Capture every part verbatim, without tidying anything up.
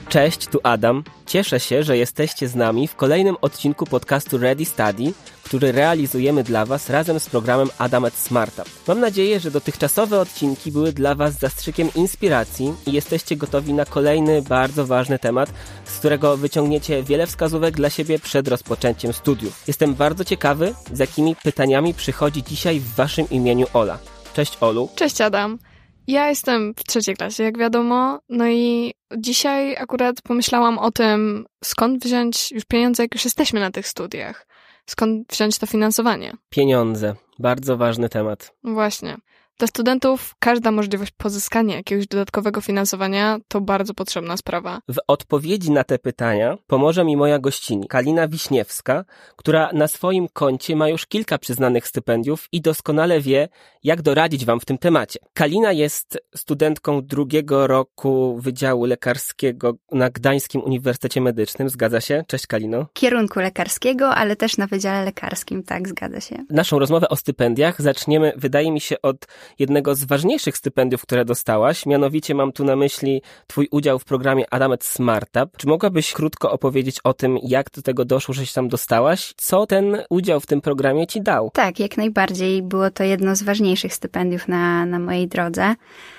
Cześć, tu Adam. Cieszę się, że jesteście z nami w kolejnym odcinku podcastu Ready Study, który realizujemy dla Was razem z programem Adam at Smartup. Mam nadzieję, że dotychczasowe odcinki były dla Was zastrzykiem inspiracji i jesteście gotowi na kolejny bardzo ważny temat, z którego wyciągniecie wiele wskazówek dla siebie przed rozpoczęciem studiów. Jestem bardzo ciekawy, z jakimi pytaniami przychodzi dzisiaj w Waszym imieniu Ola. Cześć Olu. Cześć Adam. Ja jestem w trzeciej klasie, jak wiadomo, no i dzisiaj akurat pomyślałam o tym, skąd wziąć już pieniądze, jak już jesteśmy na tych studiach. Skąd wziąć to finansowanie? Pieniądze. Bardzo ważny temat. Właśnie. Dla studentów każda możliwość pozyskania jakiegoś dodatkowego finansowania to bardzo potrzebna sprawa. W odpowiedzi na te pytania pomoże mi moja gościni, Kalina Wiśniewska, która na swoim koncie ma już kilka przyznanych stypendiów i doskonale wie, jak doradzić Wam w tym temacie. Kalina jest studentką drugiego roku Wydziału Lekarskiego na Gdańskim Uniwersytecie Medycznym. Zgadza się? Cześć Kalino. Kierunku lekarskiego, ale też na Wydziale Lekarskim, tak, zgadza się. Naszą rozmowę o stypendiach zaczniemy, wydaje mi się, od jednego z ważniejszych stypendiów, które dostałaś. Mianowicie mam tu na myśli Twój udział w programie Adam at Smartup. Czy mogłabyś krótko opowiedzieć o tym, jak do tego doszło, że się tam dostałaś? Co ten udział w tym programie Ci dał? Tak, jak najbardziej. Było to jedno z ważniejszych stypendiów na, na mojej drodze.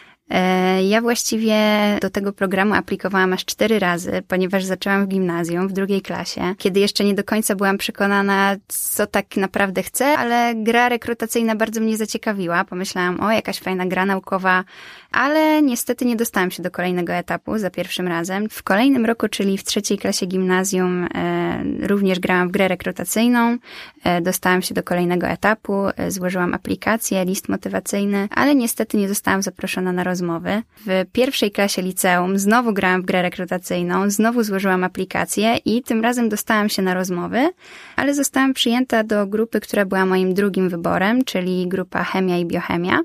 Ja właściwie do tego programu aplikowałam aż cztery razy, ponieważ zaczęłam w gimnazjum, w drugiej klasie, kiedy jeszcze nie do końca byłam przekonana, co tak naprawdę chcę, ale gra rekrutacyjna bardzo mnie zaciekawiła. Pomyślałam, o, jakaś fajna gra naukowa, ale niestety nie dostałam się do kolejnego etapu za pierwszym razem. W kolejnym roku, czyli w trzeciej klasie gimnazjum, e, również grałam w grę rekrutacyjną, e, dostałam się do kolejnego etapu, e, złożyłam aplikację, list motywacyjny, ale niestety nie zostałam zaproszona na rozmowę. Rozmowy. W pierwszej klasie liceum znowu grałam w grę rekrutacyjną, znowu złożyłam aplikację i tym razem dostałam się na rozmowy, ale zostałam przyjęta do grupy, która była moim drugim wyborem, czyli grupa chemia i biochemia.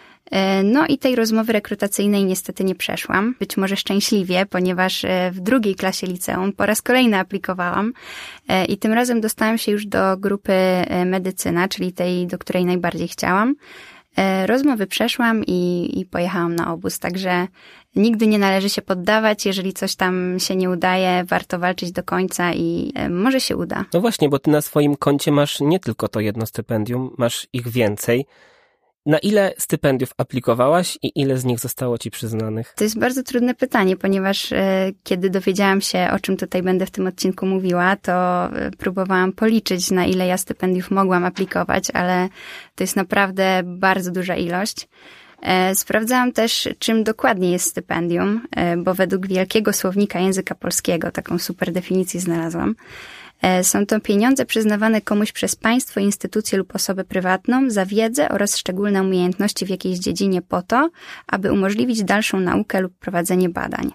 No i tej rozmowy rekrutacyjnej niestety nie przeszłam. Być może szczęśliwie, ponieważ w drugiej klasie liceum po raz kolejny aplikowałam i tym razem dostałam się już do grupy medycyna, czyli tej, do której najbardziej chciałam. Rozmowy przeszłam i, i pojechałam na obóz, także nigdy nie należy się poddawać. Jeżeli coś tam się nie udaje, warto walczyć do końca i może się uda. No właśnie, bo ty na swoim koncie masz nie tylko to jedno stypendium, masz ich więcej. Na ile stypendiów aplikowałaś i ile z nich zostało ci przyznanych? To jest bardzo trudne pytanie, ponieważ e, kiedy dowiedziałam się, o czym tutaj będę w tym odcinku mówiła, to e, próbowałam policzyć, na ile ja stypendiów mogłam aplikować, ale to jest naprawdę bardzo duża ilość. E, sprawdzałam też, czym dokładnie jest stypendium, e, bo według Wielkiego Słownika Języka Polskiego, taką super definicję znalazłam, są to pieniądze przyznawane komuś przez państwo, instytucję lub osobę prywatną za wiedzę oraz szczególne umiejętności w jakiejś dziedzinie po to, aby umożliwić dalszą naukę lub prowadzenie badań.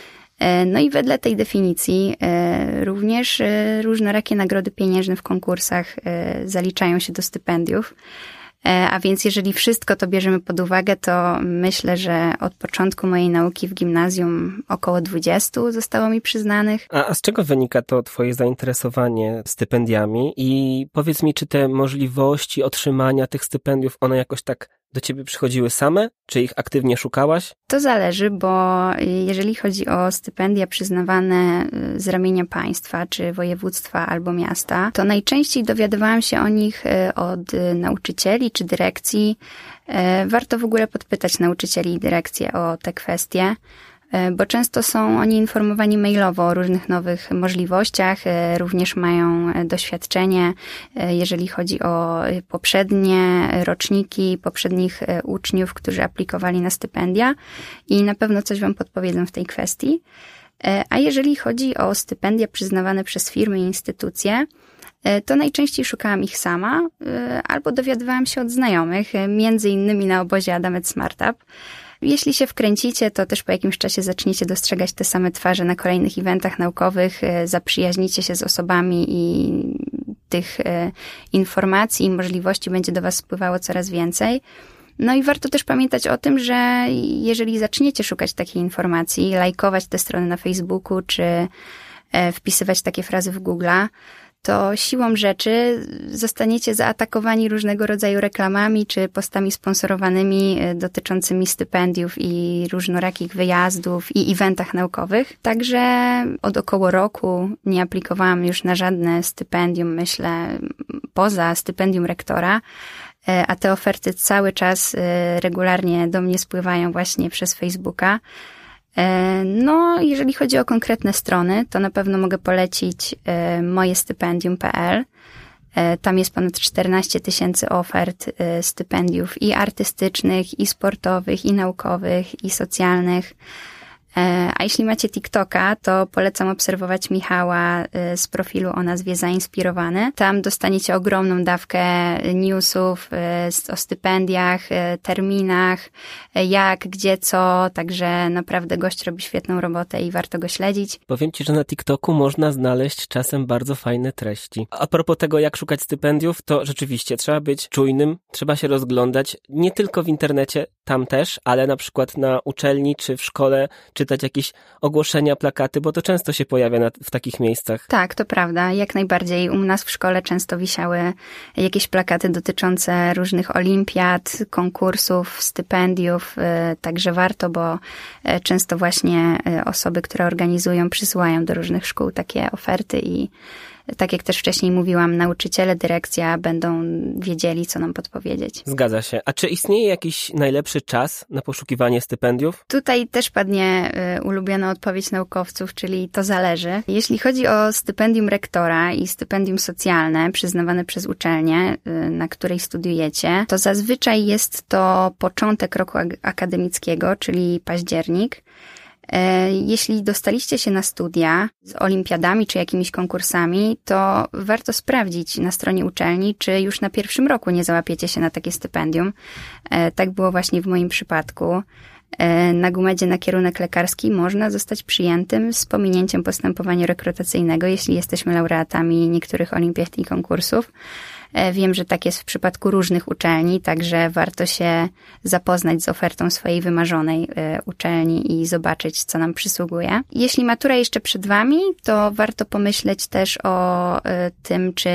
No i wedle tej definicji również różnorakie nagrody pieniężne w konkursach zaliczają się do stypendiów. A więc jeżeli wszystko to bierzemy pod uwagę, to myślę, że od początku mojej nauki w gimnazjum około dwudziestu zostało mi przyznanych. A, a z czego wynika to twoje zainteresowanie stypendiami? I powiedz mi, czy te możliwości otrzymania tych stypendiów, one jakoś tak do ciebie przychodziły same? Czy ich aktywnie szukałaś? To zależy, bo jeżeli chodzi o stypendia przyznawane z ramienia państwa, czy województwa albo miasta, to najczęściej dowiadywałam się o nich od nauczycieli czy dyrekcji. Warto w ogóle podpytać nauczycieli i dyrekcję o te kwestie, bo często są oni informowani mailowo o różnych nowych możliwościach, również mają doświadczenie, jeżeli chodzi o poprzednie roczniki, poprzednich uczniów, którzy aplikowali na stypendia i na pewno coś Wam podpowiedzą w tej kwestii. A jeżeli chodzi o stypendia przyznawane przez firmy i instytucje, to najczęściej szukałam ich sama albo dowiadywałam się od znajomych, między innymi na obozie Adam at Smartup. Jeśli się wkręcicie, to też po jakimś czasie zaczniecie dostrzegać te same twarze na kolejnych eventach naukowych, zaprzyjaźnicie się z osobami i tych informacji i możliwości będzie do Was spływało coraz więcej. No i warto też pamiętać o tym, że jeżeli zaczniecie szukać takiej informacji, lajkować te strony na Facebooku, czy wpisywać takie frazy w Google'a, to siłą rzeczy zostaniecie zaatakowani różnego rodzaju reklamami czy postami sponsorowanymi dotyczącymi stypendiów i różnorakich wyjazdów i eventach naukowych. Także od około roku nie aplikowałam już na żadne stypendium, myślę, poza stypendium rektora, a te oferty cały czas regularnie do mnie spływają właśnie przez Facebooka. No, jeżeli chodzi o konkretne strony, to na pewno mogę polecić moje stypendium kropka pe el. Tam jest ponad czternaście tysięcy ofert stypendiów i artystycznych, i sportowych, i naukowych, i socjalnych. A jeśli macie TikToka, to polecam obserwować Michała z profilu o nazwie Zainspirowany. Tam dostaniecie ogromną dawkę newsów o stypendiach, terminach, jak, gdzie, co. Także naprawdę gość robi świetną robotę i warto go śledzić. Powiem Ci, że na TikToku można znaleźć czasem bardzo fajne treści. A propos tego, jak szukać stypendiów, to rzeczywiście trzeba być czujnym, trzeba się rozglądać, nie tylko w internecie, tam też, ale na przykład na uczelni czy w szkole, czytać jakieś ogłoszenia, plakaty, bo to często się pojawia na, w takich miejscach. Tak, to prawda. Jak najbardziej. U nas w szkole często wisiały jakieś plakaty dotyczące różnych olimpiad, konkursów, stypendiów, także warto, bo często właśnie osoby, które organizują, przysyłają do różnych szkół takie oferty i tak jak też wcześniej mówiłam, nauczyciele, dyrekcja będą wiedzieli, co nam podpowiedzieć. Zgadza się. A czy istnieje jakiś najlepszy czas na poszukiwanie stypendiów? Tutaj też padnie y, ulubiona odpowiedź naukowców, czyli to zależy. Jeśli chodzi o stypendium rektora i stypendium socjalne przyznawane przez uczelnię, y, na której studiujecie, to zazwyczaj jest to początek roku akademickiego, czyli październik. Jeśli dostaliście się na studia z olimpiadami czy jakimiś konkursami, to warto sprawdzić na stronie uczelni, czy już na pierwszym roku nie załapiecie się na takie stypendium. Tak było właśnie w moim przypadku. Na GUMEDzie na kierunek lekarski można zostać przyjętym z pominięciem postępowania rekrutacyjnego, jeśli jesteśmy laureatami niektórych olimpiad i konkursów. Wiem, że tak jest w przypadku różnych uczelni, także warto się zapoznać z ofertą swojej wymarzonej uczelni i zobaczyć, co nam przysługuje. Jeśli matura jeszcze przed wami, to warto pomyśleć też o tym, czy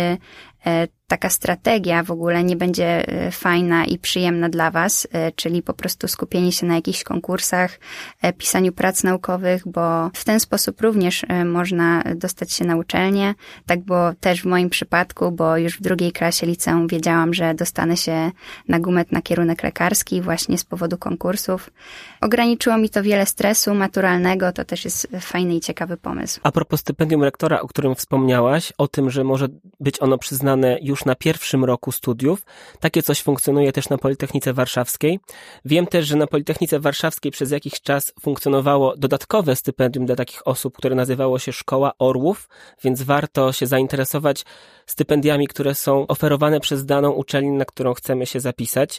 taka strategia w ogóle nie będzie fajna i przyjemna dla was, czyli po prostu skupienie się na jakichś konkursach, pisaniu prac naukowych, bo w ten sposób również można dostać się na uczelnię. Tak było też w moim przypadku, bo już w drugiej klasie liceum wiedziałam, że dostanę się na GUMED na kierunek lekarski właśnie z powodu konkursów. Ograniczyło mi to wiele stresu maturalnego, to też jest fajny i ciekawy pomysł. A propos stypendium rektora, o którym wspomniałaś, o tym, że może być ono przyznane już na pierwszym roku studiów. Takie coś funkcjonuje też na Politechnice Warszawskiej. Wiem też, że na Politechnice Warszawskiej przez jakiś czas funkcjonowało dodatkowe stypendium dla takich osób, które nazywało się Szkoła Orłów, więc warto się zainteresować stypendiami, które są oferowane przez daną uczelnię, na którą chcemy się zapisać.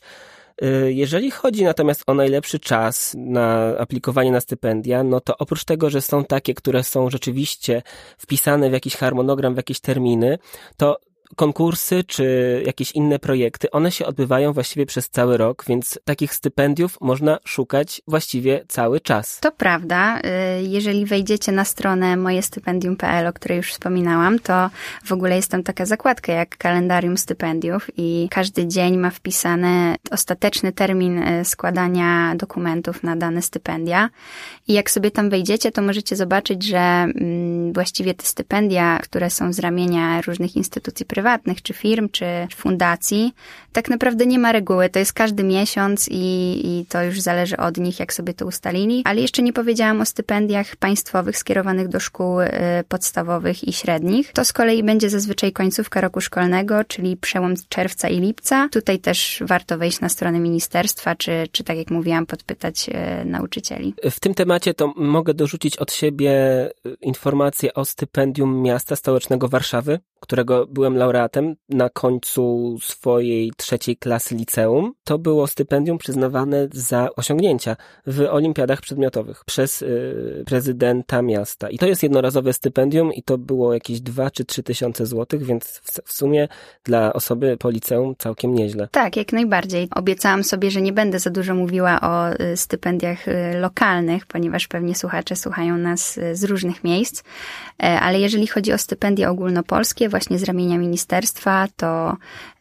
Jeżeli chodzi natomiast o najlepszy czas na aplikowanie na stypendia, no to oprócz tego, że są takie, które są rzeczywiście wpisane w jakiś harmonogram, w jakieś terminy, to konkursy czy jakieś inne projekty, one się odbywają właściwie przez cały rok, więc takich stypendiów można szukać właściwie cały czas. To prawda. Jeżeli wejdziecie na stronę moje stypendium kropka pe el, o której już wspominałam, to w ogóle jest tam taka zakładka jak kalendarium stypendiów i każdy dzień ma wpisany ostateczny termin składania dokumentów na dane stypendia. I jak sobie tam wejdziecie, to możecie zobaczyć, że właściwie te stypendia, które są z ramienia różnych instytucji prywatnych, czy firm, czy fundacji, tak naprawdę nie ma reguły. To jest każdy miesiąc i, i to już zależy od nich, jak sobie to ustalili. Ale jeszcze nie powiedziałam o stypendiach państwowych skierowanych do szkół y, podstawowych i średnich. To z kolei będzie zazwyczaj końcówka roku szkolnego, czyli przełom czerwca i lipca. Tutaj też warto wejść na stronę ministerstwa, czy, czy tak jak mówiłam, podpytać y, nauczycieli. W tym temacie to mogę dorzucić od siebie informację o stypendium Miasta Stołecznego Warszawy, którego byłem laureatem na końcu swojej trzeciej klasy liceum. To było stypendium przyznawane za osiągnięcia w olimpiadach przedmiotowych przez y, prezydenta miasta. I to jest jednorazowe stypendium i to było jakieś dwa czy trzy tysiące złotych, więc w, w sumie dla osoby po liceum całkiem nieźle. Tak, jak najbardziej. Obiecałam sobie, że nie będę za dużo mówiła o y, stypendiach y, lokalnych, ponieważ pewnie słuchacze słuchają nas y, z różnych miejsc, y, ale jeżeli chodzi o stypendia ogólnopolskie, w właśnie z ramienia ministerstwa, to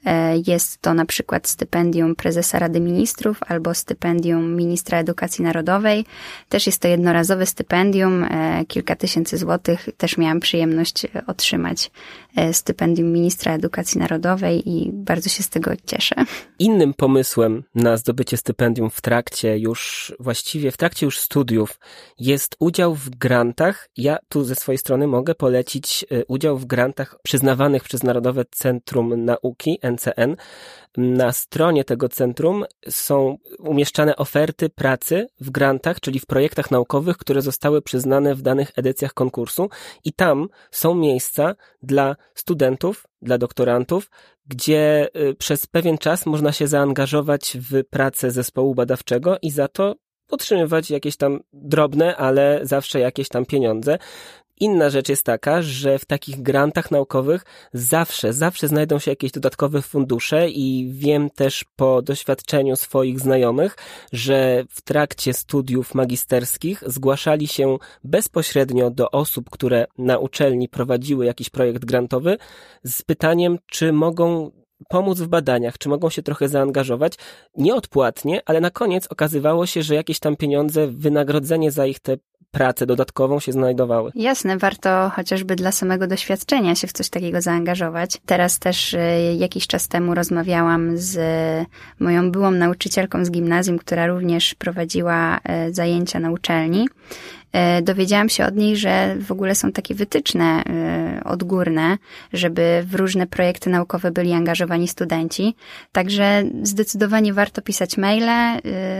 jest to na przykład stypendium prezesa Rady Ministrów albo stypendium ministra edukacji narodowej. Też jest to jednorazowe stypendium, kilka tysięcy złotych. Też miałam przyjemność otrzymać stypendium ministra edukacji narodowej i bardzo się z tego cieszę. Innym pomysłem na zdobycie stypendium w trakcie już, właściwie w trakcie już studiów jest udział w grantach. Ja tu ze swojej strony mogę polecić udział w grantach przyznawanych przez Narodowe Centrum Nauki, N C N. Na stronie tego centrum są umieszczane oferty pracy w grantach, czyli w projektach naukowych, które zostały przyznane w danych edycjach konkursu i tam są miejsca dla studentów, dla doktorantów, gdzie przez pewien czas można się zaangażować w pracę zespołu badawczego i za to otrzymywać jakieś tam drobne, ale zawsze jakieś tam pieniądze. Inna rzecz jest taka, że w takich grantach naukowych zawsze, zawsze znajdą się jakieś dodatkowe fundusze i wiem też po doświadczeniu swoich znajomych, że w trakcie studiów magisterskich zgłaszali się bezpośrednio do osób, które na uczelni prowadziły jakiś projekt grantowy z pytaniem, czy mogą pomóc w badaniach, czy mogą się trochę zaangażować, nieodpłatnie, ale na koniec okazywało się, że jakieś tam pieniądze, wynagrodzenie za ich tę pracę dodatkową się znajdowały. Jasne, warto chociażby dla samego doświadczenia się w coś takiego zaangażować. Teraz też jakiś czas temu rozmawiałam z moją byłą nauczycielką z gimnazjum, która również prowadziła zajęcia na uczelni. Dowiedziałam się od niej, że w ogóle są takie wytyczne odgórne, żeby w różne projekty naukowe byli angażowani studenci. Także zdecydowanie warto pisać maile,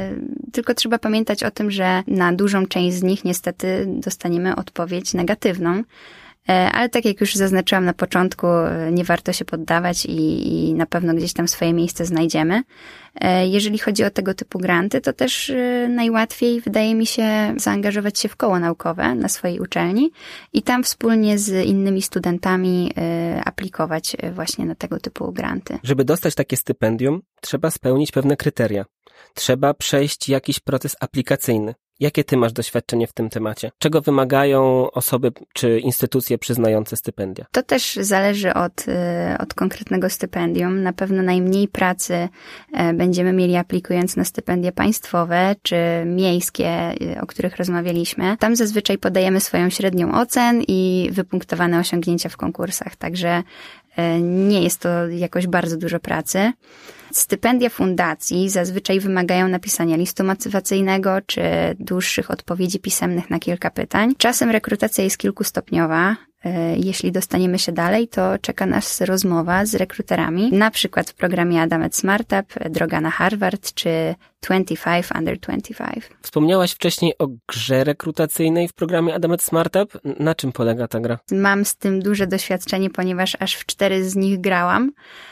tylko trzeba pamiętać o tym, że na dużą część z nich niestety dostaniemy odpowiedź negatywną. Ale tak jak już zaznaczyłam na początku, nie warto się poddawać i, i na pewno gdzieś tam swoje miejsce znajdziemy. Jeżeli chodzi o tego typu granty, to też najłatwiej wydaje mi się zaangażować się w koło naukowe na swojej uczelni i tam wspólnie z innymi studentami aplikować właśnie na tego typu granty. Żeby dostać takie stypendium, trzeba spełnić pewne kryteria. Trzeba przejść jakiś proces aplikacyjny. Jakie ty masz doświadczenie w tym temacie? Czego wymagają osoby czy instytucje przyznające stypendia? To też zależy od, od konkretnego stypendium. Na pewno najmniej pracy będziemy mieli aplikując na stypendia państwowe czy miejskie, o których rozmawialiśmy. Tam zazwyczaj podajemy swoją średnią ocen i wypunktowane osiągnięcia w konkursach, także nie jest to jakoś bardzo dużo pracy. Stypendia fundacji zazwyczaj wymagają napisania listu motywacyjnego czy dłuższych odpowiedzi pisemnych na kilka pytań. Czasem rekrutacja jest kilkustopniowa. Jeśli dostaniemy się dalej, to czeka nas rozmowa z rekruterami, na przykład w programie Adamet Smartup, Droga na Harvard czy dwadzieścia pięć under dwadzieścia pięć. Wspomniałaś wcześniej o grze rekrutacyjnej w programie Adamet Smartup. Na czym polega ta gra? Mam z tym duże doświadczenie, ponieważ aż w cztery z nich grałam.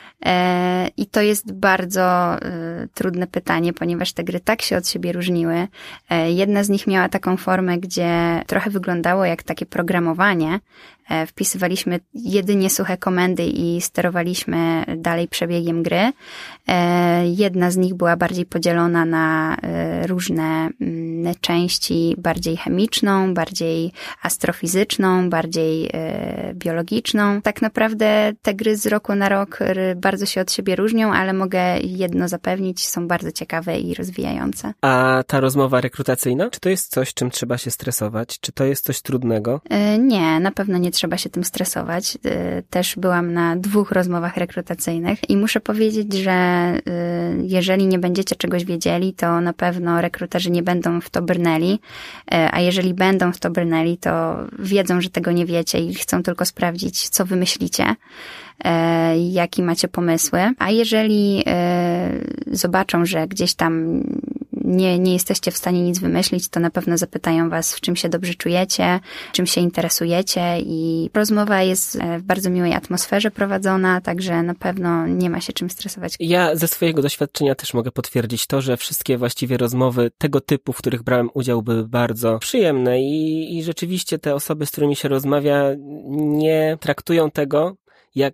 I to jest bardzo trudne pytanie, ponieważ te gry tak się od siebie różniły. Jedna z nich miała taką formę, gdzie trochę wyglądało jak takie programowanie. Wpisywaliśmy jedynie suche komendy i sterowaliśmy dalej przebiegiem gry. Jedna z nich była bardziej podzielona na różne części, bardziej chemiczną, bardziej astrofizyczną, bardziej biologiczną. Tak naprawdę te gry z roku na rok bardzo się od siebie różnią, ale mogę jedno zapewnić, są bardzo ciekawe i rozwijające. A ta rozmowa rekrutacyjna? Czy to jest coś, czym trzeba się stresować? Czy to jest coś trudnego? Nie, na pewno nie trzeba się tym stresować. Też byłam na dwóch rozmowach rekrutacyjnych i muszę powiedzieć, że jeżeli nie będziecie czegoś wiedzieli, to na pewno rekruterzy nie będą w to brnęli, a jeżeli będą w to brnęli, to wiedzą, że tego nie wiecie i chcą tylko sprawdzić, co wy myślicie, jakie macie pomysły. A jeżeli zobaczą, że gdzieś tam nie, nie jesteście w stanie nic wymyślić, to na pewno zapytają was, w czym się dobrze czujecie, czym się interesujecie i rozmowa jest w bardzo miłej atmosferze prowadzona, także na pewno nie ma się czym stresować. Ja ze swojego doświadczenia też mogę potwierdzić to, że wszystkie właściwie rozmowy tego typu, w których brałem udział, były bardzo przyjemne i, i rzeczywiście te osoby, z którymi się rozmawia, nie traktują tego jak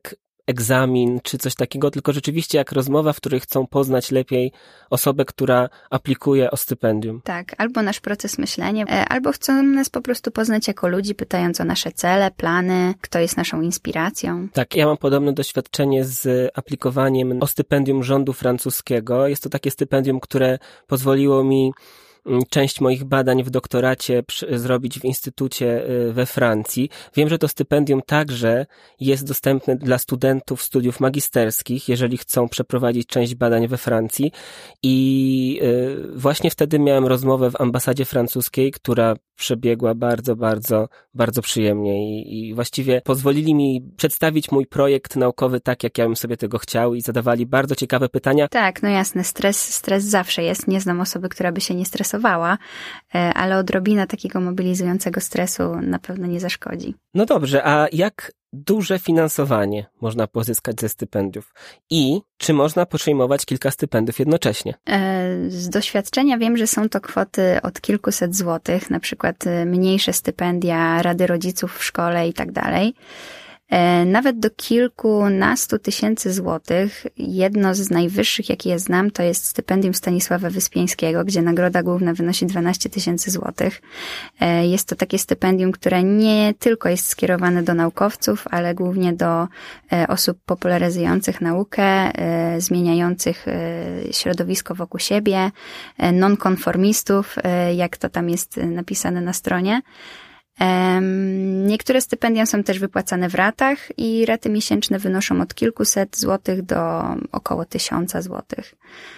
egzamin czy coś takiego, tylko rzeczywiście jak rozmowa, w której chcą poznać lepiej osobę, która aplikuje o stypendium. Tak, albo nasz proces myślenia, albo chcą nas po prostu poznać jako ludzi, pytając o nasze cele, plany, kto jest naszą inspiracją. Tak, ja mam podobne doświadczenie z aplikowaniem o stypendium rządu francuskiego. Jest to takie stypendium, które pozwoliło mi część moich badań w doktoracie przy, zrobić w instytucie we Francji. Wiem, że to stypendium także jest dostępne dla studentów studiów magisterskich, jeżeli chcą przeprowadzić część badań we Francji. I właśnie wtedy miałem rozmowę w ambasadzie francuskiej, która przebiegła bardzo, bardzo, bardzo przyjemnie i, i właściwie pozwolili mi przedstawić mój projekt naukowy tak, jak ja bym sobie tego chciał i zadawali bardzo ciekawe pytania. Tak, no jasne, stres, stres zawsze jest. Nie znam osoby, która by się nie stresowała, ale odrobina takiego mobilizującego stresu na pewno nie zaszkodzi. No dobrze, a jak duże finansowanie można pozyskać ze stypendiów i czy można przyjmować kilka stypendiów jednocześnie? Z doświadczenia wiem, że są to kwoty od kilkuset złotych, na przykład mniejsze stypendia Rady Rodziców w szkole i tak dalej. Nawet do kilkunastu tysięcy złotych. Jedno z najwyższych, jakie ja znam, to jest stypendium Stanisława Wyspiańskiego, gdzie nagroda główna wynosi dwanaście tysięcy złotych. Jest to takie stypendium, które nie tylko jest skierowane do naukowców, ale głównie do osób popularyzujących naukę, zmieniających środowisko wokół siebie, nonkonformistów, jak to tam jest napisane na stronie. Niektóre stypendia są też wypłacane w ratach i raty miesięczne wynoszą od kilkuset złotych do około tysiąca złotych.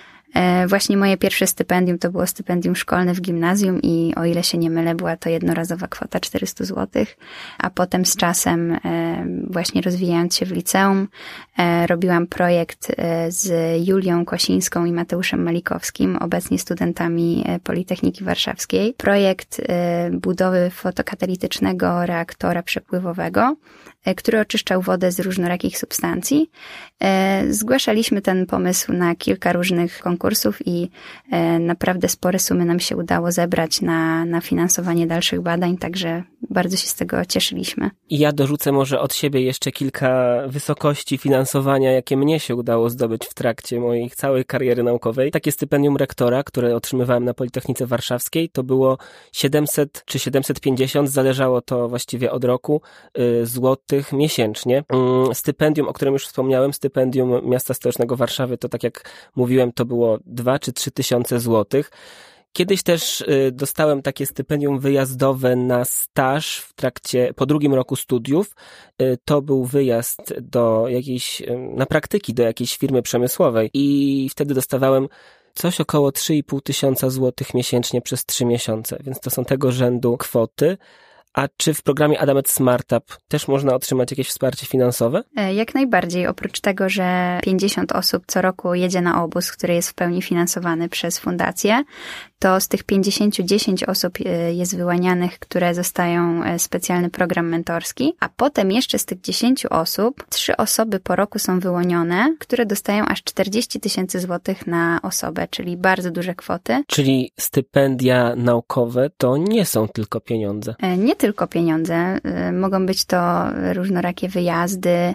Właśnie moje pierwsze stypendium to było stypendium szkolne w gimnazjum i o ile się nie mylę, była to jednorazowa kwota czterysta złotych, a potem z czasem właśnie rozwijając się w liceum robiłam projekt z Julią Kosińską i Mateuszem Malikowskim, obecnie studentami Politechniki Warszawskiej. Projekt budowy fotokatalitycznego reaktora przepływowego, który oczyszczał wodę z różnorakich substancji. Zgłaszaliśmy ten pomysł na kilka różnych konkursów i naprawdę spore sumy nam się udało zebrać na, na finansowanie dalszych badań, także bardzo się z tego cieszyliśmy. I ja dorzucę może od siebie jeszcze kilka wysokości finansowania, jakie mnie się udało zdobyć w trakcie mojej całej kariery naukowej. Takie stypendium rektora, które otrzymywałem na Politechnice Warszawskiej, to było siedemset czy siedemset pięćdziesiąt, zależało to właściwie od roku, złotych miesięcznie. Stypendium, o którym już wspomniałem, stypendium Miasta Stołecznego Warszawy, to tak jak mówiłem, to było dwa czy trzy tysiące złotych. Kiedyś też dostałem takie stypendium wyjazdowe na staż w trakcie, po drugim roku studiów. To był wyjazd do jakiejś, na praktyki do jakiejś firmy przemysłowej i wtedy dostawałem coś około trzy i pół tysiąca złotych miesięcznie przez trzy miesiące, więc to są tego rzędu kwoty. A czy w programie Adamet Smartup też można otrzymać jakieś wsparcie finansowe? Jak najbardziej. Oprócz tego, że pięćdziesiąt osób co roku jedzie na obóz, który jest w pełni finansowany przez fundację, to z tych pięćdziesięciu dziesięć osób jest wyłanianych, które dostają specjalny program mentorski, a potem jeszcze z tych dziesięciu osób trzy osoby po roku są wyłonione, które dostają aż czterdzieści tysięcy złotych na osobę, czyli bardzo duże kwoty. Czyli stypendia naukowe to nie są tylko pieniądze. Nie tylko pieniądze. Mogą być to różnorakie wyjazdy,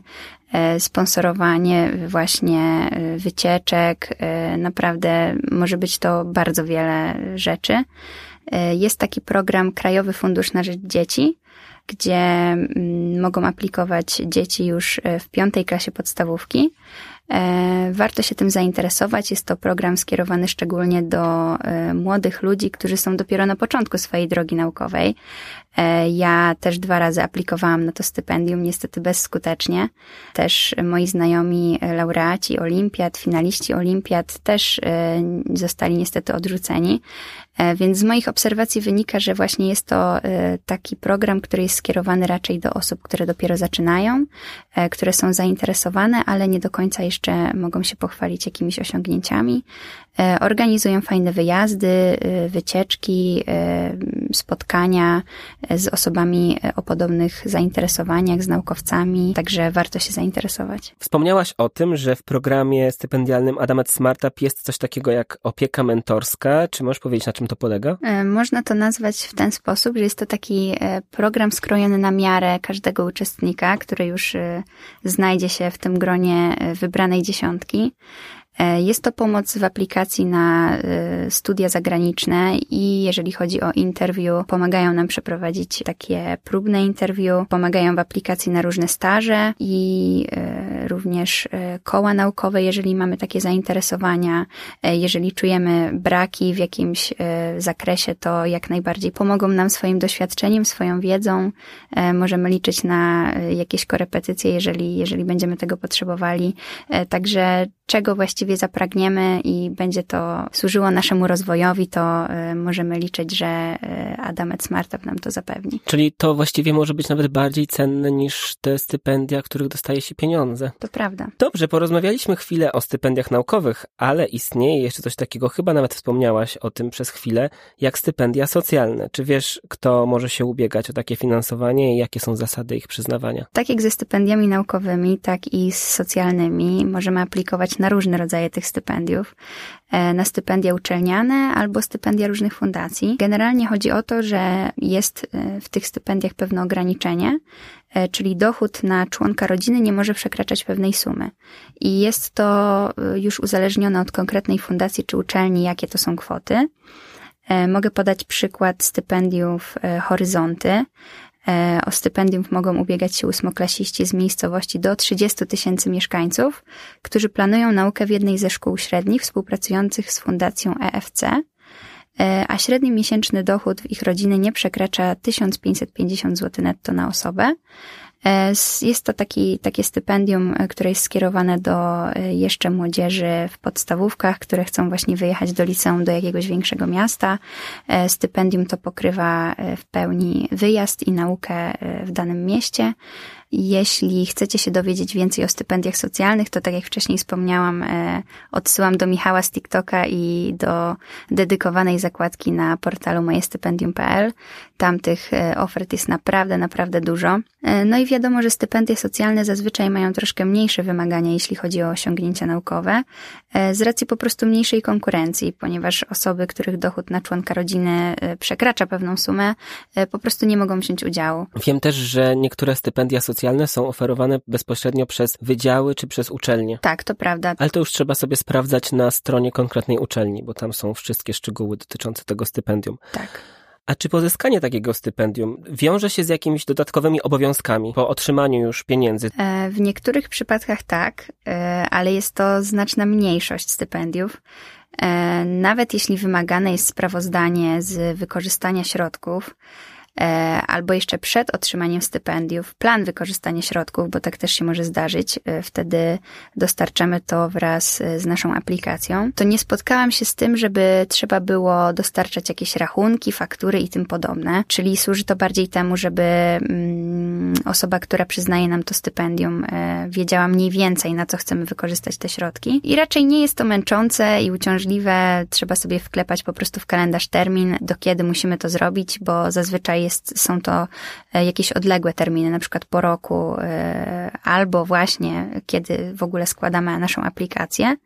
sponsorowanie właśnie wycieczek. Naprawdę może być to bardzo wiele rzeczy. Jest taki program Krajowy Fundusz na Rzecz Dzieci, gdzie mogą aplikować dzieci już w piątej klasie podstawówki. Warto się tym zainteresować. Jest to program skierowany szczególnie do młodych ludzi, którzy są dopiero na początku swojej drogi naukowej. Ja też dwa razy aplikowałam na to stypendium, niestety bezskutecznie. Też moi znajomi laureaci olimpiad, finaliści olimpiad też zostali niestety odrzuceni. Więc z moich obserwacji wynika, że właśnie jest to taki program, który jest skierowany raczej do osób, które dopiero zaczynają, które są zainteresowane, ale nie do końca jeszcze mogą się pochwalić jakimiś osiągnięciami. Organizują fajne wyjazdy, wycieczki, spotkania z osobami o podobnych zainteresowaniach, z naukowcami, także warto się zainteresować. Wspomniałaś o tym, że w programie stypendialnym Adamet Smartup jest coś takiego jak opieka mentorska. Czy możesz powiedzieć, na czym to polega? Można to nazwać w ten sposób, że jest to taki program skrojony na miarę każdego uczestnika, który już znajdzie się w tym gronie wybranej dziesiątki. Jest to pomoc w aplikacji na studia zagraniczne i jeżeli chodzi o interview, pomagają nam przeprowadzić takie próbne interview, pomagają w aplikacji na różne staże i również koła naukowe, jeżeli mamy takie zainteresowania. Jeżeli czujemy braki w jakimś zakresie, to jak najbardziej pomogą nam swoim doświadczeniem, swoją wiedzą. Możemy liczyć na jakieś korepetycje, jeżeli, jeżeli będziemy tego potrzebowali. Także czego właściwie zapragniemy i będzie to służyło naszemu rozwojowi, to możemy liczyć, że Adamet Smartup nam to zapewni. Czyli to właściwie może być nawet bardziej cenne niż te stypendia, których dostaje się pieniądze. To prawda. Dobrze, porozmawialiśmy chwilę o stypendiach naukowych, ale istnieje jeszcze coś takiego, chyba nawet wspomniałaś o tym przez chwilę, jak stypendia socjalne. Czy wiesz, kto może się ubiegać o takie finansowanie i jakie są zasady ich przyznawania? Tak jak ze stypendiami naukowymi, tak i z socjalnymi możemy aplikować na różne rodzaje tych stypendiów, na stypendia uczelniane albo stypendia różnych fundacji. Generalnie chodzi o to, że jest w tych stypendiach pewne ograniczenie, czyli dochód na członka rodziny nie może przekraczać pewnej sumy. I jest to już uzależnione od konkretnej fundacji czy uczelni, jakie to są kwoty. Mogę podać przykład stypendiów Horyzonty. O stypendium mogą ubiegać się ósmoklasiści z miejscowości do trzydziestu tysięcy mieszkańców, którzy planują naukę w jednej ze szkół średnich współpracujących z Fundacją E F C, a średni miesięczny dochód w ich rodziny nie przekracza tysiąc pięćset pięćdziesiąt złotych netto na osobę. Jest to taki, takie stypendium, które jest skierowane do jeszcze młodzieży w podstawówkach, które chcą właśnie wyjechać do liceum, do jakiegoś większego miasta. Stypendium to pokrywa w pełni wyjazd i naukę w danym mieście. Jeśli chcecie się dowiedzieć więcej o stypendiach socjalnych, to tak jak wcześniej wspomniałam, odsyłam do Michała z TikToka i do dedykowanej zakładki na portalu moje stypendium kropka p l. Tam tych ofert jest naprawdę, naprawdę dużo. No i wiadomo, że stypendia socjalne zazwyczaj mają troszkę mniejsze wymagania, jeśli chodzi o osiągnięcia naukowe, z racji po prostu mniejszej konkurencji, ponieważ osoby, których dochód na członka rodziny przekracza pewną sumę, po prostu nie mogą wziąć udziału. Wiem też, że niektóre stypendia socjalne są oferowane bezpośrednio przez wydziały czy przez uczelnie. Tak, to prawda. Ale to już trzeba sobie sprawdzać na stronie konkretnej uczelni, bo tam są wszystkie szczegóły dotyczące tego stypendium. Tak. A czy pozyskanie takiego stypendium wiąże się z jakimiś dodatkowymi obowiązkami po otrzymaniu już pieniędzy? W niektórych przypadkach tak, ale jest to znaczna mniejszość stypendiów. Nawet jeśli wymagane jest sprawozdanie z wykorzystania środków, albo jeszcze przed otrzymaniem stypendiów plan wykorzystania środków, bo tak też się może zdarzyć, wtedy dostarczamy to wraz z naszą aplikacją. To nie spotkałam się z tym, żeby trzeba było dostarczać jakieś rachunki, faktury i tym podobne, czyli służy to bardziej temu, żeby osoba, która przyznaje nam to stypendium, wiedziała mniej więcej, na co chcemy wykorzystać te środki. I raczej nie jest to męczące i uciążliwe, trzeba sobie wklepać po prostu w kalendarz termin, do kiedy musimy to zrobić, bo zazwyczaj Jest, są to jakieś odległe terminy, na przykład po roku, albo właśnie kiedy w ogóle składamy naszą aplikację.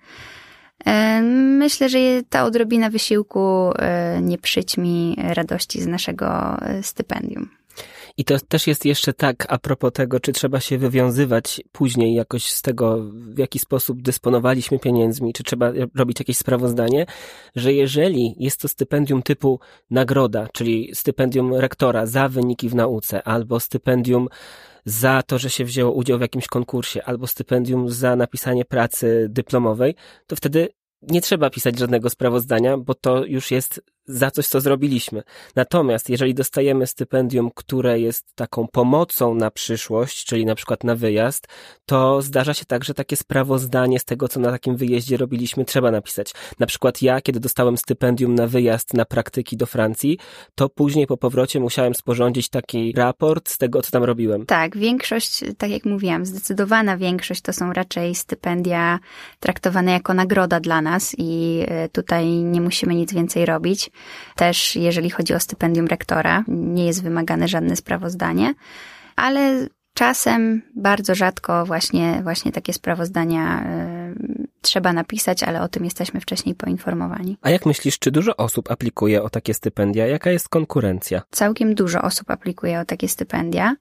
Myślę, że ta odrobina wysiłku nie przyćmi radości z naszego stypendium. I to też jest jeszcze tak, a propos tego, czy trzeba się wywiązywać później jakoś z tego, w jaki sposób dysponowaliśmy pieniędzmi, czy trzeba robić jakieś sprawozdanie, że jeżeli jest to stypendium typu nagroda, czyli stypendium rektora za wyniki w nauce, albo stypendium za to, że się wzięło udział w jakimś konkursie, albo stypendium za napisanie pracy dyplomowej, to wtedy nie trzeba pisać żadnego sprawozdania, bo to już jest za coś, co zrobiliśmy. Natomiast jeżeli dostajemy stypendium, które jest taką pomocą na przyszłość, czyli na przykład na wyjazd, to zdarza się tak, że takie sprawozdanie z tego, co na takim wyjeździe robiliśmy, trzeba napisać. Na przykład ja, kiedy dostałem stypendium na wyjazd na praktyki do Francji, to później po powrocie musiałem sporządzić taki raport z tego, co tam robiłem. Tak, większość, tak jak mówiłam, zdecydowana większość to są raczej stypendia traktowane jako nagroda dla nas i tutaj nie musimy nic więcej robić. Też jeżeli chodzi o stypendium rektora, nie jest wymagane żadne sprawozdanie, ale czasem, bardzo rzadko właśnie, właśnie takie sprawozdania y, trzeba napisać, ale o tym jesteśmy wcześniej poinformowani. A jak myślisz, czy dużo osób aplikuje o takie stypendia? Jaka jest konkurencja? Całkiem dużo osób aplikuje o takie stypendia.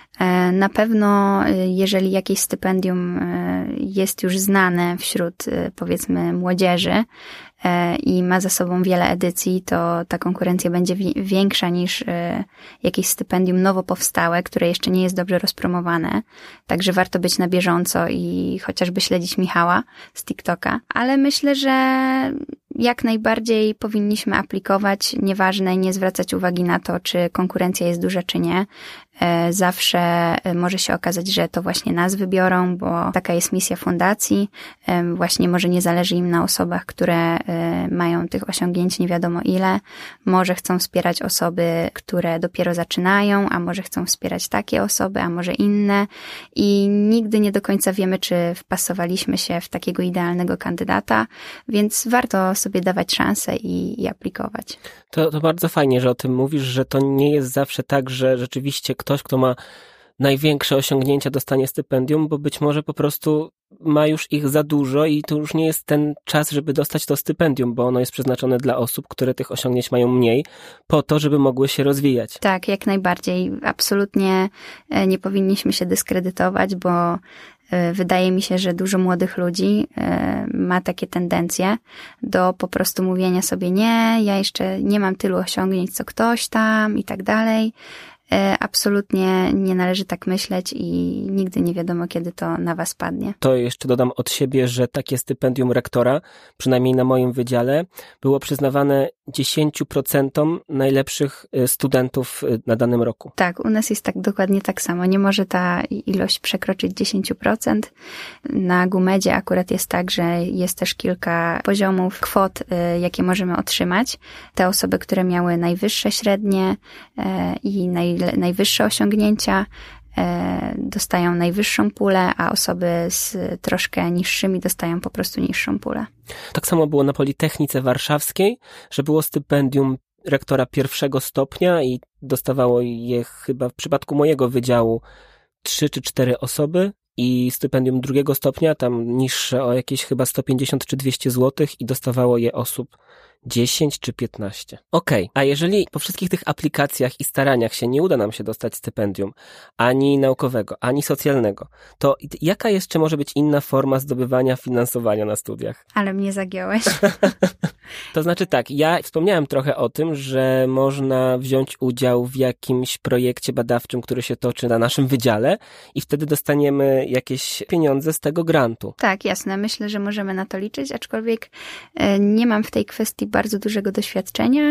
Na pewno, jeżeli jakieś stypendium jest już znane wśród, powiedzmy, młodzieży i ma za sobą wiele edycji, to ta konkurencja będzie większa niż jakieś stypendium nowo powstałe, które jeszcze nie jest dobrze rozpromowane. Także warto być na bieżąco i chociażby śledzić Michała z TikToka. Ale myślę, że jak najbardziej powinniśmy aplikować, nieważne, nie zwracać uwagi na to, czy konkurencja jest duża, czy nie. Zawsze może się okazać, że to właśnie nas wybiorą, bo taka jest misja fundacji. Właśnie może nie zależy im na osobach, które mają tych osiągnięć nie wiadomo ile. Może chcą wspierać osoby, które dopiero zaczynają, a może chcą wspierać takie osoby, a może inne. I nigdy nie do końca wiemy, czy wpasowaliśmy się w takiego idealnego kandydata, więc warto sobie dawać szansę i, i aplikować. To, to bardzo fajnie, że o tym mówisz, że to nie jest zawsze tak, że rzeczywiście ktoś, kto ma największe osiągnięcia, dostanie stypendium, bo być może po prostu ma już ich za dużo i to już nie jest ten czas, żeby dostać to stypendium, bo ono jest przeznaczone dla osób, które tych osiągnięć mają mniej, po to, żeby mogły się rozwijać. Tak, jak najbardziej. Absolutnie nie powinniśmy się dyskredytować, bo wydaje mi się, że dużo młodych ludzi ma takie tendencje do po prostu mówienia sobie nie, ja jeszcze nie mam tylu osiągnięć, co ktoś tam i tak dalej. Absolutnie nie należy tak myśleć i nigdy nie wiadomo, kiedy to na was padnie. To jeszcze dodam od siebie, że takie stypendium rektora, przynajmniej na moim wydziale, było przyznawane dziesięć procent najlepszych studentów na danym roku. Tak, u nas jest tak dokładnie tak samo. Nie może ta ilość przekroczyć dziesięć procent. Na GUMEDzie akurat jest tak, że jest też kilka poziomów kwot, jakie możemy otrzymać. Te osoby, które miały najwyższe średnie i naj najwyższe osiągnięcia dostają najwyższą pulę, a osoby z troszkę niższymi dostają po prostu niższą pulę. Tak samo było na Politechnice Warszawskiej, że było stypendium rektora pierwszego stopnia i dostawało je chyba w przypadku mojego wydziału trzy czy cztery osoby i stypendium drugiego stopnia, tam niższe o jakieś chyba sto pięćdziesiąt czy dwieście złotych i dostawało je osób dziesięć czy piętnaście. Okej, okay. A jeżeli po wszystkich tych aplikacjach i staraniach się nie uda nam się dostać stypendium, ani naukowego, ani socjalnego, to jaka jeszcze może być inna forma zdobywania finansowania na studiach? Ale mnie zagiąłeś. To znaczy tak, ja wspomniałem trochę o tym, że można wziąć udział w jakimś projekcie badawczym, który się toczy na naszym wydziale i wtedy dostaniemy jakieś pieniądze z tego grantu. Tak, jasne. Myślę, że możemy na to liczyć, aczkolwiek nie mam w tej kwestii bardzo dużego doświadczenia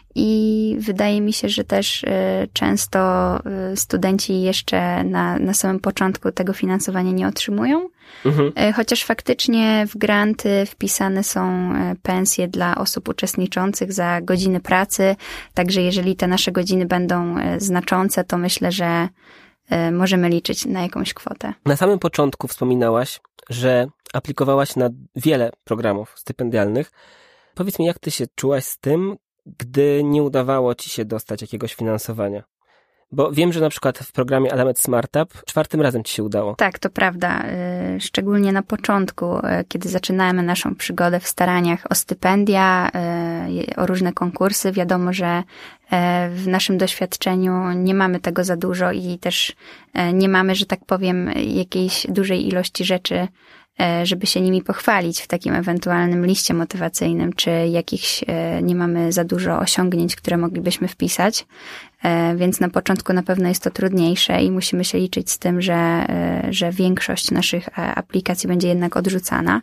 i wydaje mi się, że też często studenci jeszcze na, na samym początku tego finansowania nie otrzymują. Mhm. Chociaż faktycznie w granty wpisane są pensje dla osób uczestniczących za godziny pracy, także jeżeli te nasze godziny będą znaczące, to myślę, że możemy liczyć na jakąś kwotę. Na samym początku wspominałaś, że aplikowałaś na wiele programów stypendialnych. Powiedz mi, jak ty się czułaś z tym, gdy nie udawało ci się dostać jakiegoś finansowania? Bo wiem, że na przykład w programie Adamet Smartup czwartym razem ci się udało. Tak, to prawda. Szczególnie na początku, kiedy zaczynamy naszą przygodę w staraniach o stypendia, o różne konkursy, wiadomo, że w naszym doświadczeniu nie mamy tego za dużo i też nie mamy, że tak powiem, jakiejś dużej ilości rzeczy, żeby się nimi pochwalić w takim ewentualnym liście motywacyjnym, czy jakichś nie mamy za dużo osiągnięć, które moglibyśmy wpisać. Więc na początku na pewno jest to trudniejsze i musimy się liczyć z tym, że, że większość naszych aplikacji będzie jednak odrzucana.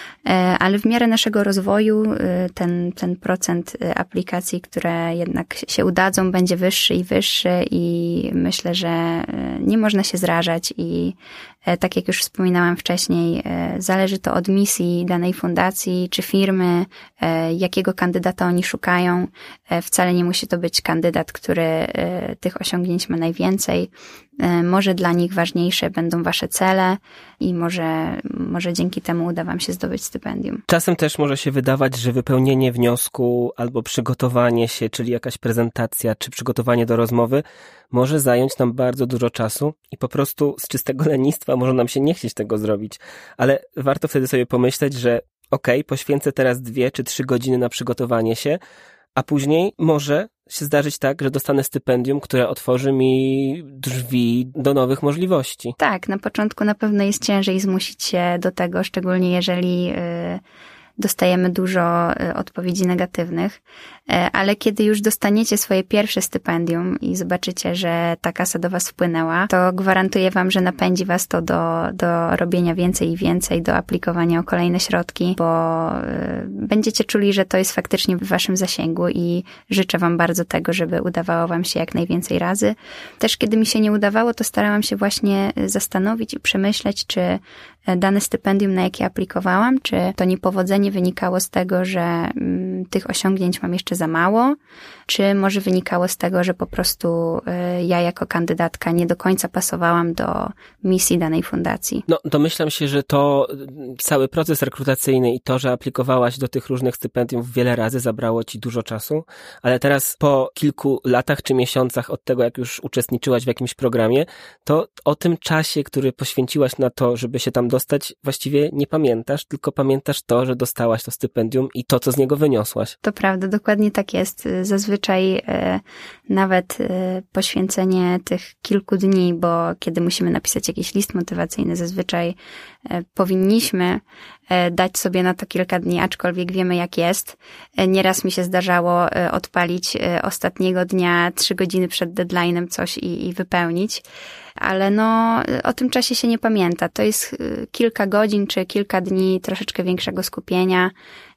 Ale w miarę naszego rozwoju ten, ten procent aplikacji, które jednak się udadzą, będzie wyższy i wyższy i myślę, że nie można się zrażać i tak jak już wspominałam wcześniej, zależy to od misji danej fundacji czy firmy, jakiego kandydata oni szukają. Wcale nie musi to być kandydat, który tych osiągnięć ma najwięcej. Może dla nich ważniejsze będą wasze cele i może, może dzięki temu uda wam się zdobyć stypendium. Czasem też może się wydawać, że wypełnienie wniosku albo przygotowanie się, czyli jakaś prezentacja, czy przygotowanie do rozmowy może zająć nam bardzo dużo czasu i po prostu z czystego lenistwa może nam się nie chcieć tego zrobić. Ale warto wtedy sobie pomyśleć, że okej, okay, poświęcę teraz dwie czy trzy godziny na przygotowanie się, a później może się zdarzyć tak, że dostanę stypendium, które otworzy mi drzwi do nowych możliwości. Tak, na początku na pewno jest ciężej zmusić się do tego, szczególnie jeżeli yy, dostajemy dużo yy, odpowiedzi negatywnych, yy, ale kiedy już dostaniecie swoje pierwsze stypendium i zobaczycie, że ta kasa do was wpłynęła, to gwarantuję wam, że napędzi was to do, do robienia więcej i więcej, do aplikowania o kolejne środki, bo yy, będziecie czuli, że to jest faktycznie w waszym zasięgu i życzę wam bardzo tego, żeby udawało wam się jak najwięcej razy. Też kiedy mi się nie udawało, to starałam się właśnie zastanowić i przemyśleć, czy dane stypendium, na jakie aplikowałam, czy to niepowodzenie wynikało z tego, że mm, tych osiągnięć mam jeszcze za mało, czy może wynikało z tego, że po prostu y, ja jako kandydatka nie do końca pasowałam do misji danej fundacji. No, domyślam się, że to cały proces rekrutacyjny i to, że aplikowałaś do tych różnych stypendiów wiele razy zabrało ci dużo czasu, ale teraz po kilku latach czy miesiącach od tego, jak już uczestniczyłaś w jakimś programie, to o tym czasie, który poświęciłaś na to, żeby się tam dostać, właściwie nie pamiętasz, tylko pamiętasz to, że dostałaś to stypendium i to, co z niego wyniosłaś. To prawda, dokładnie tak jest. Zazwyczaj e, nawet e, poświęcenie tych kilku dni, bo kiedy musimy napisać jakiś list motywacyjny, zazwyczaj e, powinniśmy e, dać sobie na to kilka dni, aczkolwiek wiemy jak jest. E, nieraz mi się zdarzało e, odpalić e, ostatniego dnia, trzy godziny przed deadline'em coś i, i wypełnić. Ale no, o tym czasie się nie pamięta. To jest kilka godzin czy kilka dni troszeczkę większego skupienia,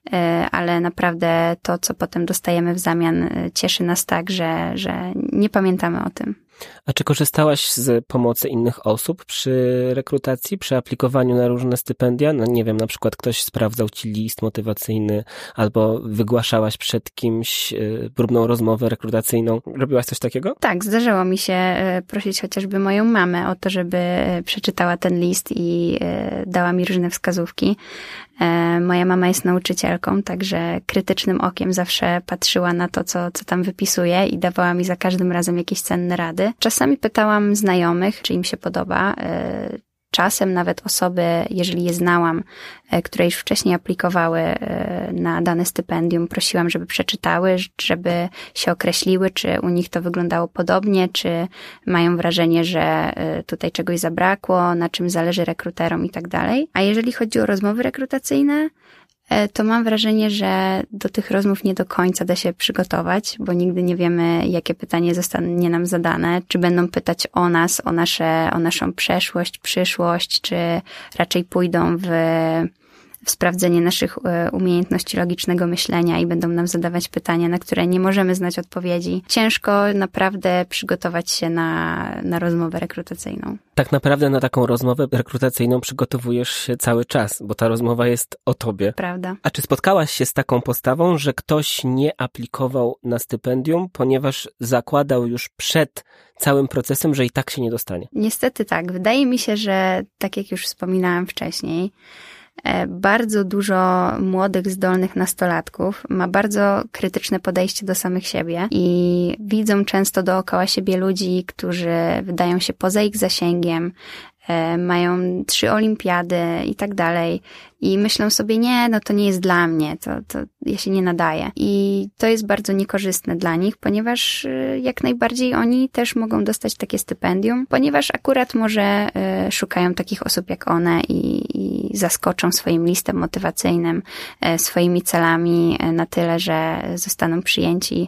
ale naprawdę to, co potem dostajemy w zamian, cieszy nas tak, że, że nie pamiętamy o tym. A czy korzystałaś z pomocy innych osób przy rekrutacji, przy aplikowaniu na różne stypendia? No nie wiem, na przykład ktoś sprawdzał ci list motywacyjny albo wygłaszałaś przed kimś próbną rozmowę rekrutacyjną. Robiłaś coś takiego? Tak, zdarzyło mi się prosić chociażby moją mamę o to, żeby przeczytała ten list i dała mi różne wskazówki. Moja mama jest nauczycielką, także krytycznym okiem zawsze patrzyła na to, co, co tam wypisuje i dawała mi za każdym razem jakieś cenne rady. Czasami pytałam znajomych, czy im się podoba. Czasem nawet osoby, jeżeli je znałam, które już wcześniej aplikowały na dane stypendium, prosiłam, żeby przeczytały, żeby się określiły, czy u nich to wyglądało podobnie, czy mają wrażenie, że tutaj czegoś zabrakło, na czym zależy rekruterom i tak dalej. A jeżeli chodzi o rozmowy rekrutacyjne, to mam wrażenie, że do tych rozmów nie do końca da się przygotować, bo nigdy nie wiemy, jakie pytanie zostanie nam zadane, czy będą pytać o nas, o nasze, o naszą przeszłość, przyszłość, czy raczej pójdą w, w sprawdzenie naszych umiejętności logicznego myślenia i będą nam zadawać pytania, na które nie możemy znać odpowiedzi. Ciężko naprawdę przygotować się na, na rozmowę rekrutacyjną. Tak naprawdę na taką rozmowę rekrutacyjną przygotowujesz się cały czas, bo ta rozmowa jest o tobie. Prawda. A czy spotkałaś się z taką postawą, że ktoś nie aplikował na stypendium, ponieważ zakładał już przed całym procesem, że i tak się nie dostanie? Niestety tak. Wydaje mi się, że tak jak już wspominałam wcześniej, bardzo dużo młodych, zdolnych nastolatków ma bardzo krytyczne podejście do samych siebie i widzą często dookoła siebie ludzi, którzy wydają się poza ich zasięgiem, mają trzy olimpiady i tak dalej i myślą sobie, nie, no to nie jest dla mnie, to, to ja się nie nadaję. I to jest bardzo niekorzystne dla nich, ponieważ jak najbardziej oni też mogą dostać takie stypendium, ponieważ akurat może szukają takich osób jak one i, i zaskoczą swoim listem motywacyjnym, swoimi celami na tyle, że zostaną przyjęci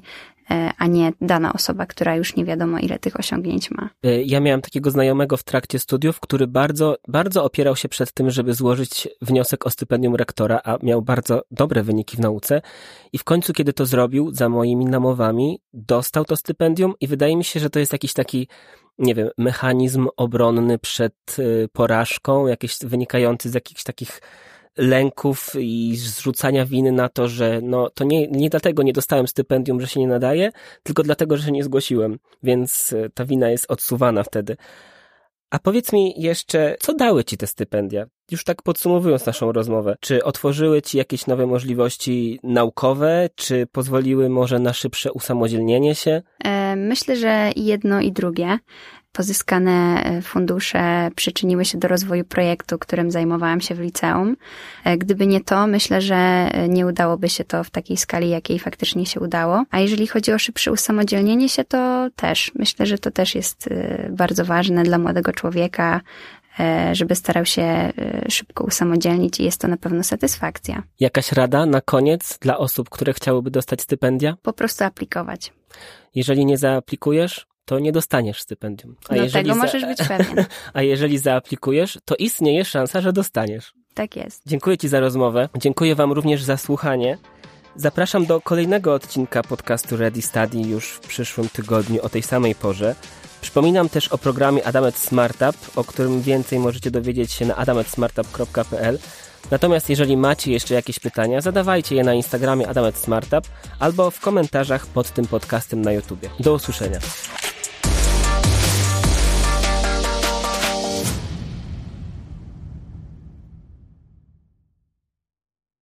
a nie dana osoba, która już nie wiadomo ile tych osiągnięć ma. Ja miałam takiego znajomego w trakcie studiów, który bardzo, bardzo opierał się przed tym, żeby złożyć wniosek o stypendium rektora, a miał bardzo dobre wyniki w nauce i w końcu, kiedy to zrobił, za moimi namowami, dostał to stypendium i wydaje mi się, że to jest jakiś taki, nie wiem, mechanizm obronny przed porażką, jakiś wynikający z jakichś takich lęków i zrzucania winy na to, że no to nie, nie dlatego nie dostałem stypendium, że się nie nadaje, tylko dlatego, że się nie zgłosiłem, więc ta wina jest odsuwana wtedy. A powiedz mi jeszcze, co dały ci te stypendia? Już tak podsumowując naszą rozmowę, czy otworzyły ci jakieś nowe możliwości naukowe, czy pozwoliły może na szybsze usamodzielnienie się? Myślę, że jedno i drugie. Pozyskane fundusze przyczyniły się do rozwoju projektu, którym zajmowałam się w liceum. Gdyby nie to, myślę, że nie udałoby się to w takiej skali, jakiej faktycznie się udało. A jeżeli chodzi o szybsze usamodzielnienie się, to też. Myślę, że to też jest bardzo ważne dla młodego człowieka, żeby starał się szybko usamodzielnić i jest to na pewno satysfakcja. Jakaś rada na koniec dla osób, które chciałyby dostać stypendia? Po prostu aplikować. Jeżeli nie zaaplikujesz, to nie dostaniesz stypendium. A no tego za... możesz być pewien. A jeżeli zaaplikujesz, to istnieje szansa, że dostaniesz. Tak jest. Dziękuję ci za rozmowę. Dziękuję wam również za słuchanie. Zapraszam do kolejnego odcinka podcastu Ready Study już w przyszłym tygodniu o tej samej porze. Przypominam też o programie Adamet Smartup, o którym więcej możecie dowiedzieć się na adamet smartup kropka p l. Natomiast jeżeli macie jeszcze jakieś pytania, zadawajcie je na Instagramie Adamet Smartup albo w komentarzach pod tym podcastem na YouTubie. Do usłyszenia.